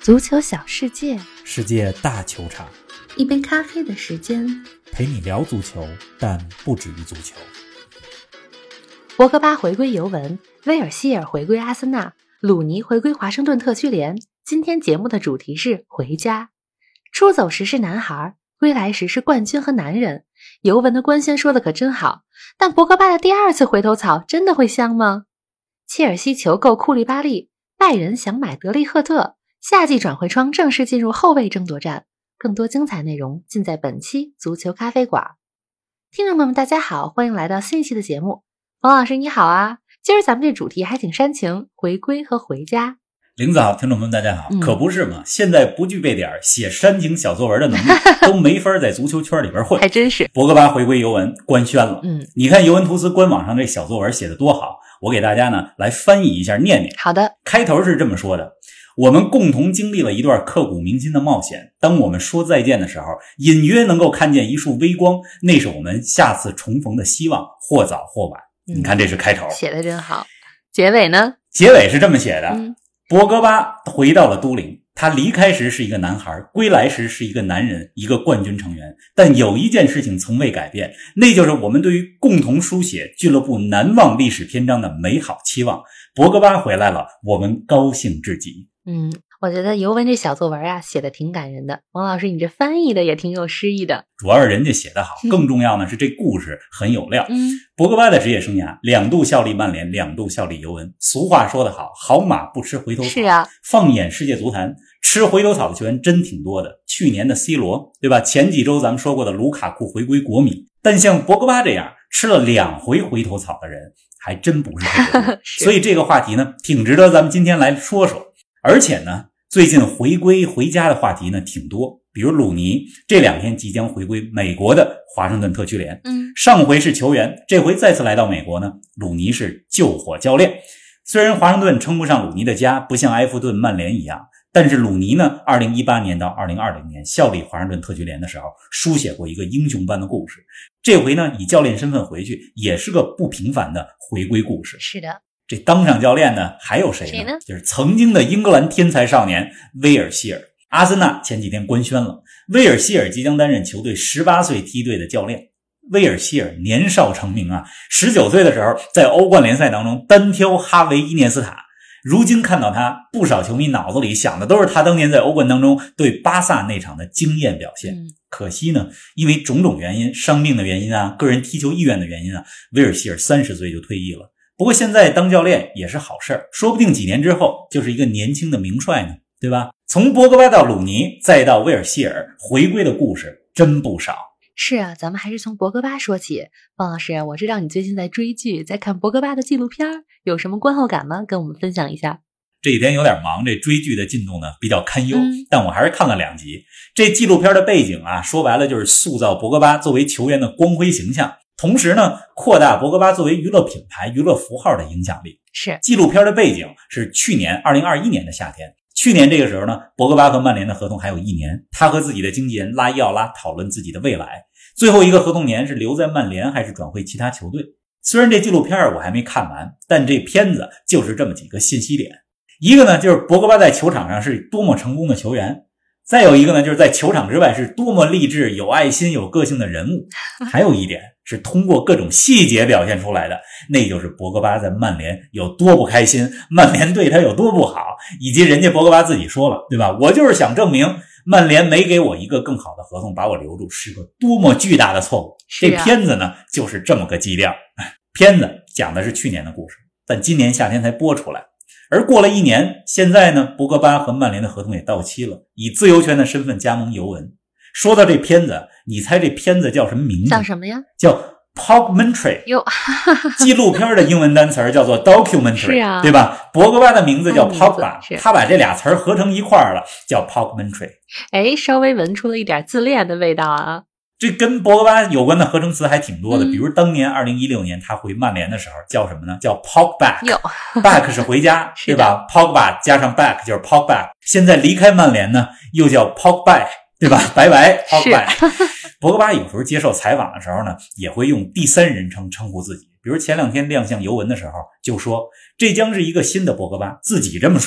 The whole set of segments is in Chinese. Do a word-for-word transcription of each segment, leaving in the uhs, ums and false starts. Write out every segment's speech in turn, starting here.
足球小世界， 世界大球场， 一杯咖啡的时间， 陪你聊足球，但不止于足球。 博格巴回归尤文，威尔希尔回归阿森纳，鲁尼回归华盛顿特区联。今天节目的主题是回家。出走时是男孩，归来时是冠军和男人。尤文的官宣说的可真好，但博格巴的第二次回头草真的会香吗？切尔西求购库利巴利，拜仁想买德利赫特，夏季转会窗正式进入后卫争夺战。更多精彩内容尽在本期足球咖啡馆。听众朋友们大家好，欢迎来到新一期的节目。冯老师你好啊，今儿咱们这主题还挺煽情，回归和回家。 林子好，听众朋友们大家好、嗯、可不是嘛，现在不具备点写煽情小作文的能力都没法在足球圈里边混。 还真是。 博格巴回归尤文官宣了， 嗯， 你看尤文图斯官网上这小作文写得多好，我给大家呢来翻译一下念念。 好的。 开头是这么说的：我们共同经历了一段刻骨铭心的冒险，当我们说再见的时候，隐约能够看见一束微光，那是我们下次重逢的希望，或早或晚、嗯、你看这是开头， 写得真好。结尾呢？ 结尾是这么写的、 嗯、 博格巴回到了都灵，他离开时是一个男孩，归来时是一个男人，一个冠军成员。但有一件事情从未改变，那就是我们对于共同书写俱乐部难忘历史篇章的美好期望。博格巴回来了，我们高兴至极。 嗯，我觉得尤文这小作文啊写的挺感人的。王老师你这翻译的也挺有诗意的。 主要是人家写得好，更重要呢是这故事很有料。 嗯， 博格巴的职业生涯两度效力曼联，两度效力尤文。俗话说得好，好马不吃回头草。 是啊， 放眼世界足坛，吃回头草的球员真挺多的。去年的 C 罗，对吧？前几周咱们说过的卢卡库回归国米。但像博格巴这样吃了两回回头草的人还真不是特别多所以这个话题呢挺值得咱们今天来说说。而且呢最近回归回家的话题呢挺多，比如鲁尼这两天即将回归美国的华盛顿特区联。 嗯， 上回是球员，这回再次来到美国呢，鲁尼是救火教练。虽然华盛顿称不上鲁尼的家，不像埃弗顿、曼联一样，但是鲁尼呢二零一八年到二零二零年效力华盛顿特区联的时候，书写过一个英雄般的故事。这回呢以教练身份回去，也是个不平凡的回归故事。 是的。 这当上教练呢还有谁呢？ 谁呢？ 就是曾经的英格兰天才少年威尔希尔。阿森纳前几天官宣了，威尔希尔即将担任球队十八岁梯队的教练。威尔希尔年少成名啊，十九岁的时候在欧冠联赛当中单挑哈维伊涅斯塔。如今看到他，不少球迷脑子里想的都是他当年在欧冠当中对巴萨那场的惊艳表现、嗯、可惜呢因为种种原因，伤病的原因啊，个人踢球意愿的原因啊，威尔希尔三十岁就退役了。不过现在当教练也是好事儿，说不定几年之后就是一个年轻的名帅呢，对吧？从博格巴到鲁尼再到威尔希尔，回归的故事真不少。 是啊，咱们还是从博格巴说起。方老师，我知道你最近在追剧，在看博格巴的纪录片，有什么观后感吗？跟我们分享一下。 这几天有点忙，这追剧的进度呢比较堪忧、 嗯、 但我还是看了两集。这纪录片的背景啊，说白了就是塑造博格巴作为球员的光辉形象，同时呢扩大博格巴作为娱乐品牌、娱乐符号的影响力。 是。 纪录片的背景是去年二零二一年的夏天，去年这个时候呢，博格巴和曼联的合同还有一年，他和自己的经纪人拉伊奥拉讨论自己的未来，最后一个合同年是留在曼联还是转会其他球队。虽然这纪录片我还没看完，但这片子就是这么几个信息点。一个呢就是博格巴在球场上是多么成功的球员，再有一个呢就是在球场之外是多么励志、有爱心、有个性的人物，还有一点是通过各种细节表现出来的，那就是博格巴在曼联有多不开心，曼联对他有多不好，以及人家博格巴自己说了，对吧？我就是想证明曼联没给我一个更好的合同把我留住是个多么巨大的错误、啊、这片子呢就是这么个基调。片子讲的是去年的故事，但今年夏天才播出来。而过了一年，现在呢博格巴和曼联的合同也到期了，以自由权的身份加盟尤文。说到这片子，你猜这片子叫什么名字？ 叫什么呀？ 叫 Documentary。 纪录片的英文单词叫做 Documentary， 是啊， 对吧？博格巴的名字叫 Pogba， 他把这俩词合成一块了，叫 Documentary。 哎，稍微闻出了一点自恋的味道啊。 这跟博格巴有关的合成词还挺多的、嗯、比如当年二零一六年他回曼联的时候叫什么呢？叫 Pogback。 back 是回家对吧？ Pogba 加上 back 就是 Pogback。 现在离开曼联呢又叫 Pogback， 对吧？拜拜 Pogback。 博格巴有时候接受采访的时候呢也会用第三人称称呼自己，比如前两天亮相尤文的时候就说这将是一个新的博格巴，自己这么说的。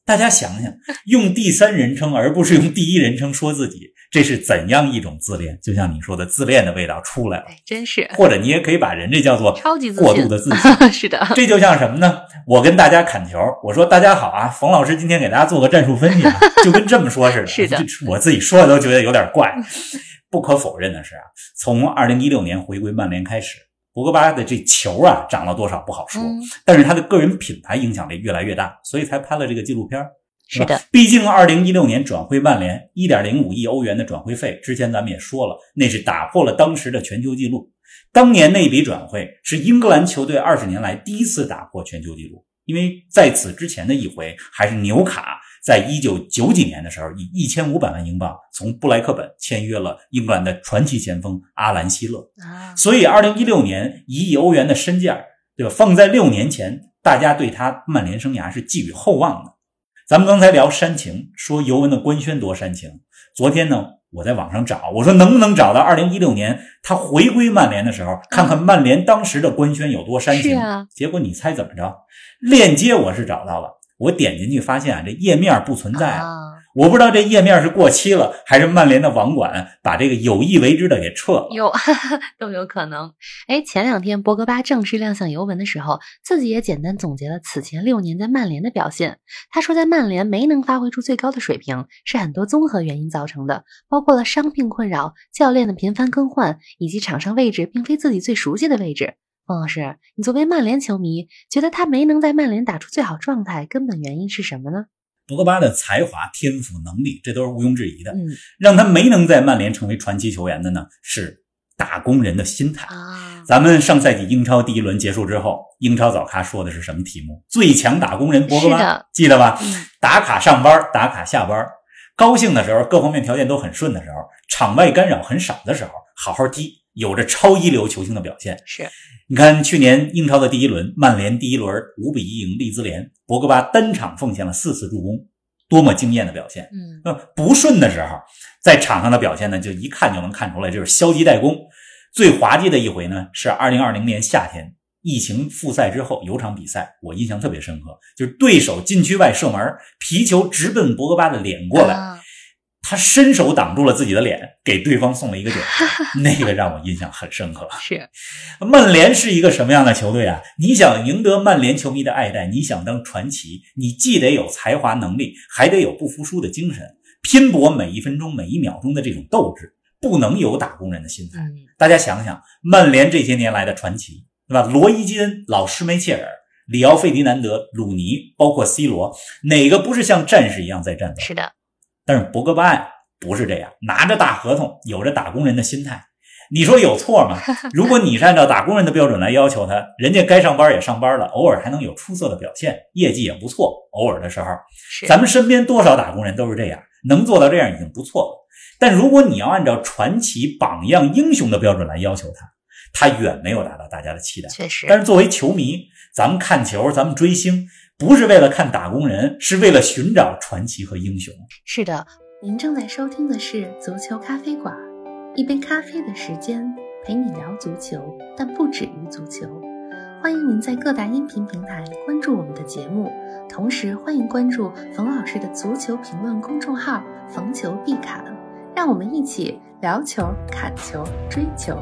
大家想想，用第三人称而不是用第一人称说自己，这是怎样一种自恋？就像你说的，自恋的味道出来了。 哎，真是。 或者你也可以把人这叫做超级自信， 过度的自信。 是的。 这就像什么呢？我跟大家砍球，我说大家好啊，冯老师今天给大家做个战术分析啊，就跟这么说似的。 是的。 我自己说的都觉得有点怪。不可否认的是啊，从二零一六年回归曼联开始，博格巴的这球啊涨了多少不好说， 嗯、 但是他的个人品牌影响力越来越大，所以才拍了这个纪录片。 是的， 毕竟二零一六年转会曼联 一点零五亿欧元的转会费，之前咱们也说了，那是打破了当时的全球纪录。当年那笔转会是英格兰球队二十年来第一次打破全球纪录，因为在此之前的一回还是纽卡在一九九几年的时候以一千五百万英镑从布莱克本签约了英格兰的传奇前锋阿兰希勒。 啊、 所以二零一六年一亿欧元的身价，对吧？放在六年前，大家对他曼联生涯是寄予厚望的。咱们刚才聊煽情，说尤文的官宣多煽情。昨天呢，我在网上找，我说能不能找到二零一六年他回归曼联的时候，看看曼联当时的官宣有多煽情。 啊、 结果你猜怎么着？链接我是找到了，我点进去发现啊，这页面不存在了。 啊我不知道这页面是过期了，还是曼联的网管把这个有意为之的给撤了。 有都有可能。哎，前两天博格巴正式亮相尤文的时候，自己也简单总结了此前六年在曼联的表现。他说在曼联没能发挥出最高的水平，是很多综合原因造成的，包括了伤病困扰、教练的频繁更换，以及场上位置并非自己最熟悉的位置。冯老师，你作为曼联球迷，觉得他没能在曼联打出最好状态，根本原因是什么呢？ 博格巴的才华、天赋、能力，这都是毋庸置疑的。 嗯， 让他没能在曼联成为传奇球员的呢，是打工人的心态。 啊， 咱们上赛季英超第一轮结束之后，英超早咖说的是什么题目？最强打工人博格巴，记得吧？ 嗯、 打卡上班，打卡下班，高兴的时候，各方面条件都很顺的时候，场外干扰很少的时候，好好踢，有着超一流球星的表现。 是。 你看去年英超的第一轮，曼联第一轮五比一赢利兹联，博格巴单场奉献了四次助攻，多么惊艳的表现。 嗯， 不顺的时候，在场上的表现呢，就一看就能看出来，就是消极怠工。最滑稽的一回呢，是二零二零年夏天疫情复赛之后有场比赛，我印象特别深刻，就是对手禁区外射门，皮球直奔博格巴的脸过来。啊，他伸手挡住了自己的脸，给对方送了一个点球，那个让我印象很深刻。 是， 曼联是一个什么样的球队啊？你想赢得曼联球迷的爱戴，你想当传奇，你既得有才华能力，还得有不服输的精神，拼搏每一分钟每一秒钟的这种斗志，不能有打工人的心态。 嗯、 大家想想，曼联这些年来的传奇，对吧？罗伊基恩、老施梅切尔、里奥费迪南德、鲁尼，包括 C 罗，哪个不是像战士一样在战斗？ 是的。 但是博格巴不是这样，拿着大合同，有着打工人的心态，你说有错吗？如果你是按照打工人的标准来要求他，人家该上班也上班了，偶尔还能有出色的表现，业绩也不错，偶尔的时候，咱们身边多少打工人都是这样，能做到这样已经不错了。但如果你要按照传奇、榜样、英雄的标准来要求他，他远没有达到大家的期待。 确实。 但是作为球迷，咱们看球，咱们追星，不是为了看打工人，是为了寻找传奇和英雄。 是的，您正在收听的是足球咖啡馆，一杯咖啡的时间陪你聊足球，但不止于足球。欢迎您在各大音频平台关注我们的节目，同时欢迎关注冯老师的足球评论公众号冯球必侃，让我们一起聊球、砍球、追球。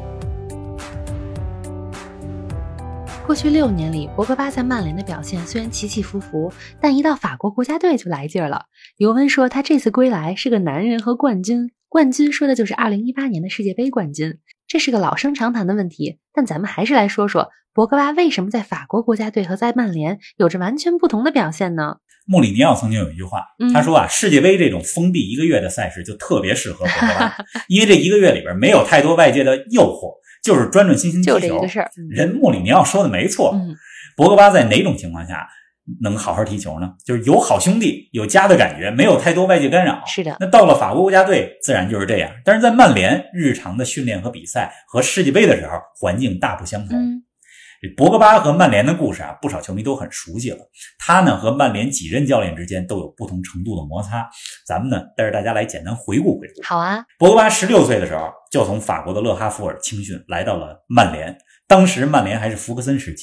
过去六年里，博格巴在曼联的表现虽然起起伏伏，但一到法国国家队就来劲儿了。尤文说他这次归来是个男人和冠军，冠军说的就是二零一八年的世界杯冠军。这是个老生常谈的问题，但咱们还是来说说博格巴为什么在法国国家队和在曼联有着完全不同的表现呢？ 穆里尼奥曾经有一句话，他说啊，世界杯这种封闭一个月的赛事就特别适合博格巴，因为这一个月里边没有太多外界的诱惑，就是专专心心踢球。 就这一个事儿， 人穆里尼奥说的没错。 嗯， 博格巴在哪种情况下能好好踢球呢？就是有好兄弟，有家的感觉，没有太多外界干扰。 是的。 那到了法国国家队，自然就是这样。但是在曼联，日常的训练和比赛和世界杯的时候，环境大不相同。 嗯， 博格巴和曼联的故事啊，不少球迷都很熟悉了。他呢和曼联几任教练之间都有不同程度的摩擦。咱们呢带着大家来简单回顾回顾。 好啊。 博格巴十六岁的时候就从法国的勒哈弗尔青训来到了曼联，当时曼联还是福克森时期。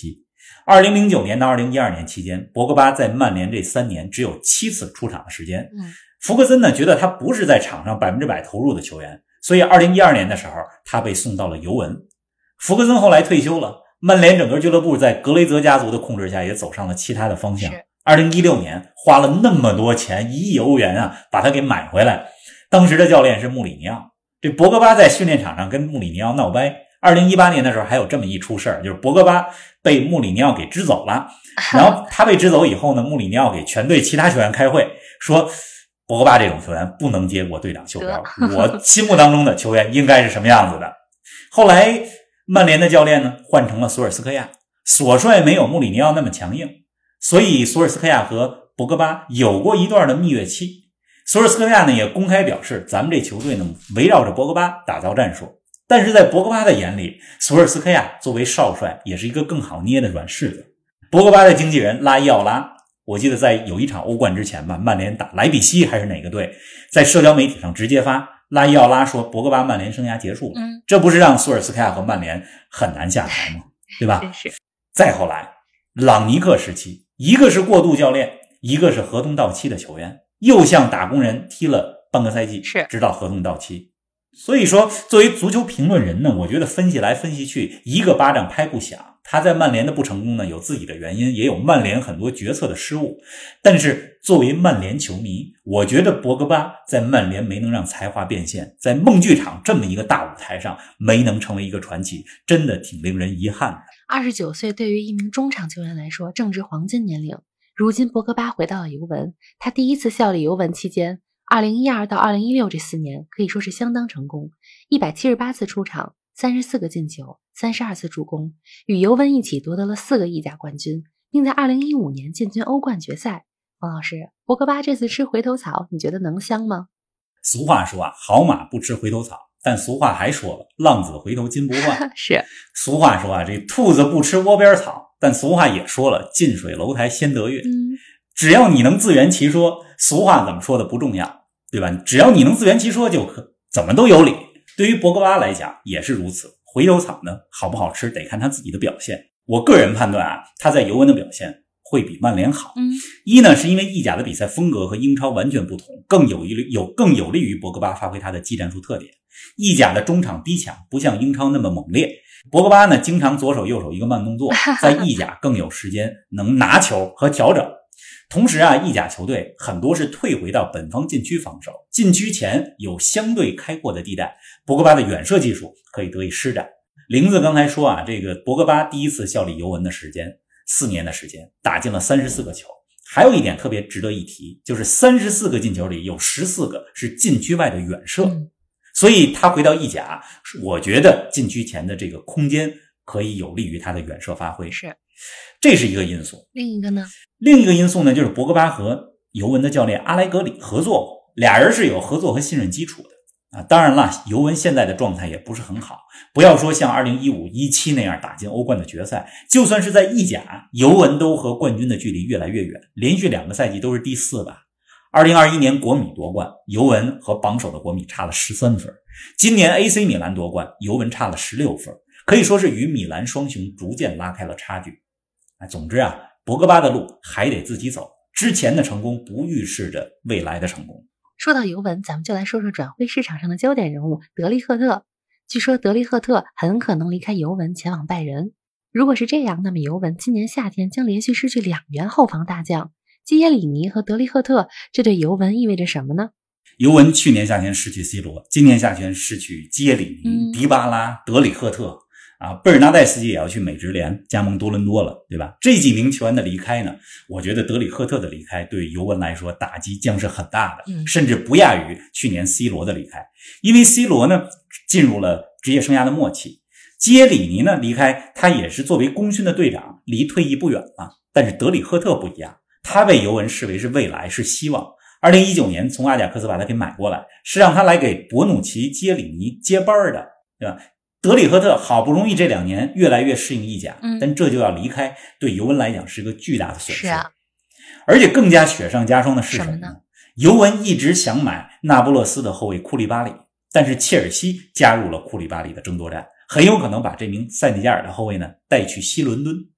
二零零九年到二零一二年期间，博格巴在曼联这三年只有七次出场的时间。 嗯， 福格森呢觉得他不是在场上百分之百投入的球员，所以二零一二年的时候他被送到了尤文。福格森后来退休了，曼联整个俱乐部在格雷泽家族的控制下也走上了其他的方向。二零一六年花了那么多钱，一亿欧元啊，把他给买回来。当时的教练是穆里尼奥，这博格巴在训练场上跟穆里尼奥闹掰。二零一八年的时候还有这么一出事儿，就是博格巴被穆里尼奥给支走了，然后他被支走以后呢，穆里尼奥给全队其他球员开会说，博格巴这种球员不能接过队长袖标，我心目当中的球员应该是什么样子的。后来曼联的教练呢换成了索尔斯克亚，索帅没有穆里尼奥那么强硬，所以索尔斯克亚和博格巴有过一段的蜜月期。索尔斯克亚呢也公开表示，咱们这球队呢围绕着博格巴打造战术。但是在博格巴的眼里，索尔斯克亚作为少帅也是一个更好捏的软柿子。博格巴的经纪人拉伊奥拉，我记得在有一场欧冠之前吧，曼联打莱比锡还是哪个队，在社交媒体上直接发拉伊奥拉说博格巴曼联生涯结束了， 嗯， 这不是让索尔斯克亚和曼联很难下台吗？对吧？ 是是。 再后来朗尼克时期，一个是过渡教练，一个是合同到期的球员，又像打工人踢了半个赛季， 是直到合同到期。所以说作为足球评论人呢，我觉得分析来分析去一个巴掌拍不响。他在曼联的不成功呢有自己的原因，也有曼联很多决策的失误，但是作为曼联球迷，我觉得博格巴在曼联没能让才华变现，在梦剧场这么一个大舞台上没能成为一个传奇，真的挺令人遗憾的。 二十九岁对于一名中场球员来说正值黄金年龄，如今博格巴回到了尤文，他第一次效力尤文期间二零一二到二零一六这四年可以说是相当成功，一百七十八次出场，三十四个进球，三十二次助攻，与尤文一起夺得了四个意甲冠军，并在二零一五年进军欧冠决赛。王老师，博格巴这次吃回头草，你觉得能香吗？ 俗话说啊，好马不吃回头草，但俗话还说了，浪子回头金不换。 是。 俗话说啊，这兔子不吃窝边草，但俗话也说了，近水楼台先得月。 嗯， 只要你能自圆其说，俗话怎么说的不重要，对吧？只要你能自圆其说就可，怎么都有理。对于博格巴来讲也是如此，回头草呢好不好吃得看他自己的表现。我个人判断啊，他在尤文的表现会比曼联好。 嗯， 一呢是因为意甲的比赛风格和英超完全不同，更有有更有利于博格巴发挥他的技战术特点。意甲的中场逼抢不像英超那么猛烈，博格巴呢经常左手右手一个慢动作，在意甲更有时间能拿球和调整。同时啊，意甲球队很多是退回到本方禁区防守，禁区前有相对开阔的地带，博格巴的远射技术可以得以施展。玲子刚才说啊，这个博格巴第一次效力尤文的时间四年的时间，打进了三十四个球。还有一点特别值得一提，就是三十四个进球里有十四个是禁区外的远射。 嗯， 所以他回到意甲，我觉得禁区前的这个空间可以有利于他的远射发挥。 是， 这是一个因素。 另一个呢？ 另一个因素呢，就是博格巴和尤文的教练阿莱格里合作过，俩人是有合作和信任基础的啊。当然了，尤文现在的状态也不是很好，不要说像二零一五 一七那样打进欧冠的决赛，就算是在意甲，尤文都和冠军的距离越来越远，连续两个赛季都是第四吧。二零二一年国米夺冠，尤文和榜首的国米差了十三分。今年 A C 米兰夺冠，尤文差了十六分，可以说是与米兰双雄逐渐拉开了差距。总之啊，博格巴的路还得自己走，之前的成功不预示着未来的成功。 说到尤文，咱们就来说说转会市场上的焦点人物德利赫特。据说德利赫特很可能离开尤文前往拜仁。如果是这样，那么尤文今年夏天将连续失去两员后防大将基耶里尼和德利赫特，这对尤文意味着什么呢？ 尤文去年夏天失去 C 罗，今年夏天失去基耶里尼、 嗯、 迪巴拉、德里赫特啊，贝尔纳代斯基也要去美职联加盟多伦多了，对吧？这几名球员的离开呢，我觉得德里赫特的离开对尤文来说打击将是很大的， 嗯、 甚至不亚于去年 C 罗的离开。因为 C 罗呢进入了职业生涯的末期，基耶里尼呢离开，他也是作为功勋的队长，离退役不远了。但是德里赫特不一样，他被尤文视为是未来，是希望。二零一九年从阿贾克斯把他给买过来，是让他来给博努奇、基耶里尼接班的，对吧？德里赫特好不容易这两年越来越适应意甲， 嗯、 但这就要离开，对尤文来讲是个巨大的损失。 是啊， 而且更加雪上加霜的是什么呢？ 什么呢？ 尤文一直想买那不勒斯的后卫库利巴里，但是切尔西加入了库利巴里的争夺战，很有可能把这名塞内加尔的后卫呢带去西伦敦。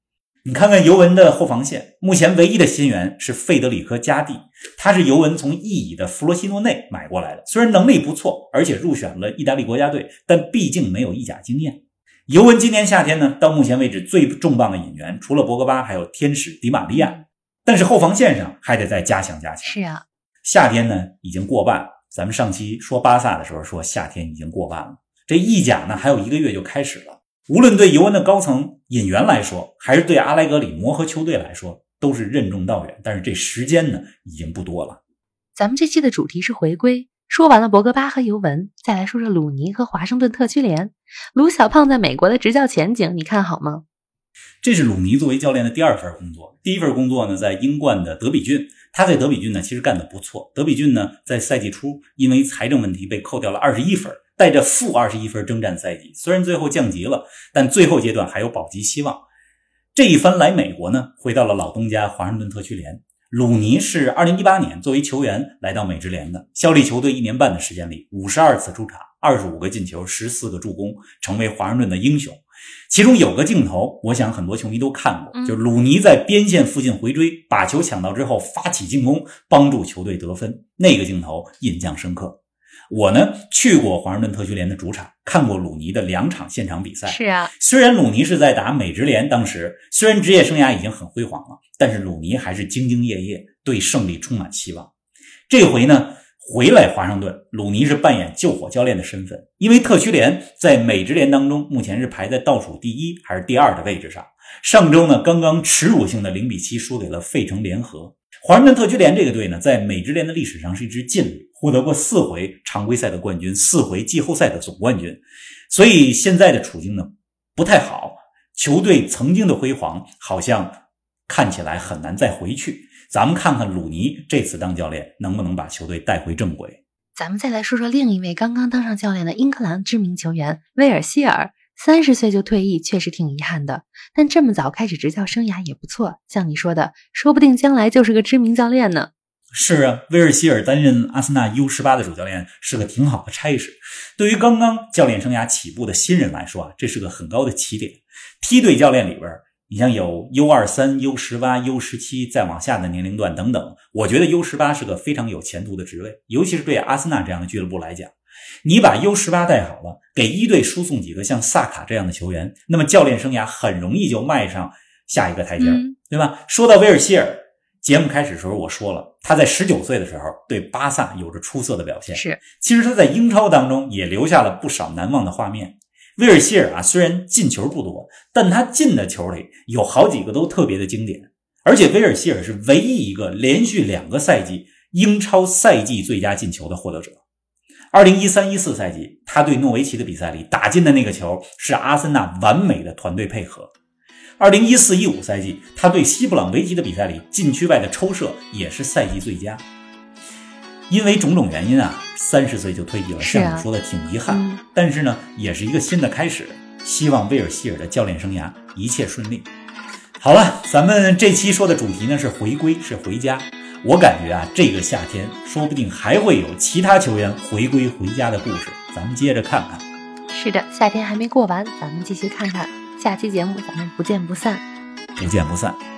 你看看尤文的后防线，目前唯一的新援是费德里科·加蒂，他是尤文从意乙的弗罗西诺内买过来的，虽然能力不错，而且入选了意大利国家队，但毕竟没有意甲经验。尤文今年夏天呢，到目前为止最重磅的引援，除了博格巴，还有天使迪玛利亚，但是后防线上还得再加强加强。 是啊， 夏天呢已经过半，咱们上期说巴萨的时候说夏天已经过半了，这意甲呢还有一个月就开始了。无论对尤文的高层引援来说，还是对阿莱格里磨合球队来说，都是任重道远，但是这时间呢已经不多了。 咱们这期的主题是回归，说完了博格巴和尤文，再来说说鲁尼和华盛顿特区联。鲁小胖在美国的执教前景你看好吗？ 这是鲁尼作为教练的第二份工作。第一份工作呢，在英冠的德比郡，他在德比郡呢其实干得不错。德比郡呢在赛季初因为财政问题被扣掉了二十一分，带着负二十一分征战赛季，虽然最后降级了，但最后阶段还有保级希望。这一番来美国呢，回到了老东家华盛顿特区联。鲁尼是二零一八年作为球员来到美职联的，效力球队一年半的时间里，五十二次出场，二十五个进球，十四个助攻，成为华盛顿的英雄。其中有个镜头，我想很多球迷都看过，就是鲁尼在边线附近回追，把球抢到之后发起进攻，帮助球队得分，那个镜头印象深刻。我呢去过华盛顿特区联的主场，看过鲁尼的两场现场比赛。 是啊， 虽然鲁尼是在打美职联，当时虽然职业生涯已经很辉煌了，但是鲁尼还是兢兢业业，对胜利充满希望。这回呢回来华盛顿，鲁尼是扮演救火教练的身份，因为特区联在美职联当中目前是排在倒数第一还是第二的位置上。上周呢刚刚耻辱性的零比七输给了费城联合。华盛顿特区联这个队呢，在美职联的历史上是一支劲旅，获得过四回常规赛的冠军，四回季后赛的总冠军，所以现在的处境呢不太好，球队曾经的辉煌好像看起来很难再回去。咱们看看鲁尼这次当教练能不能把球队带回正轨。 咱们再来说说另一位刚刚当上教练的英格兰知名球员威尔希尔。三十岁就退役确实挺遗憾的，但这么早开始执教生涯也不错，像你说的，说不定将来就是个知名教练呢。 是啊，威尔希尔担任阿森纳 U 十八 的主教练是个挺好的差事。对于刚刚教练生涯起步的新人来说啊，这是个很高的起点。梯队教练里边，你像有 U 二十三、U 十八、U 十七 再往下的年龄段等等，我觉得 U 十八 是个非常有前途的职位，尤其是对阿森纳这样的俱乐部来讲。你把 U 十八 带好了，给一队输送几个像萨卡这样的球员，那么教练生涯很容易就迈上下一个台阶、嗯、对吧？说到威尔希尔，节目开始的时候我说了，他在十九岁的时候对巴萨有着出色的表现， 是， 其实他在英超当中也留下了不少难忘的画面。威尔希尔啊，虽然进球不多，但他进的球里有好几个都特别的经典，而且威尔希尔是唯一一个连续两个赛季英超赛季最佳进球的获得者。二零一三一四赛季，他对诺维奇的比赛里打进的那个球是阿森纳完美的团队配合。二零一四一五赛季，他对西布朗维奇的比赛里禁区外的抽射也是赛季最佳。因为种种原因啊，三十岁就退役了，像你说的挺遗憾、嗯、但是呢也是一个新的开始，希望威尔希尔的教练生涯一切顺利。好了，咱们这期说的主题呢是回归，是回家。我感觉啊，这个夏天说不定还会有其他球员回归回家的故事，咱们接着看看。 是的，夏天还没过完，咱们继续看看。下期节目咱们不见不散， 不见不散。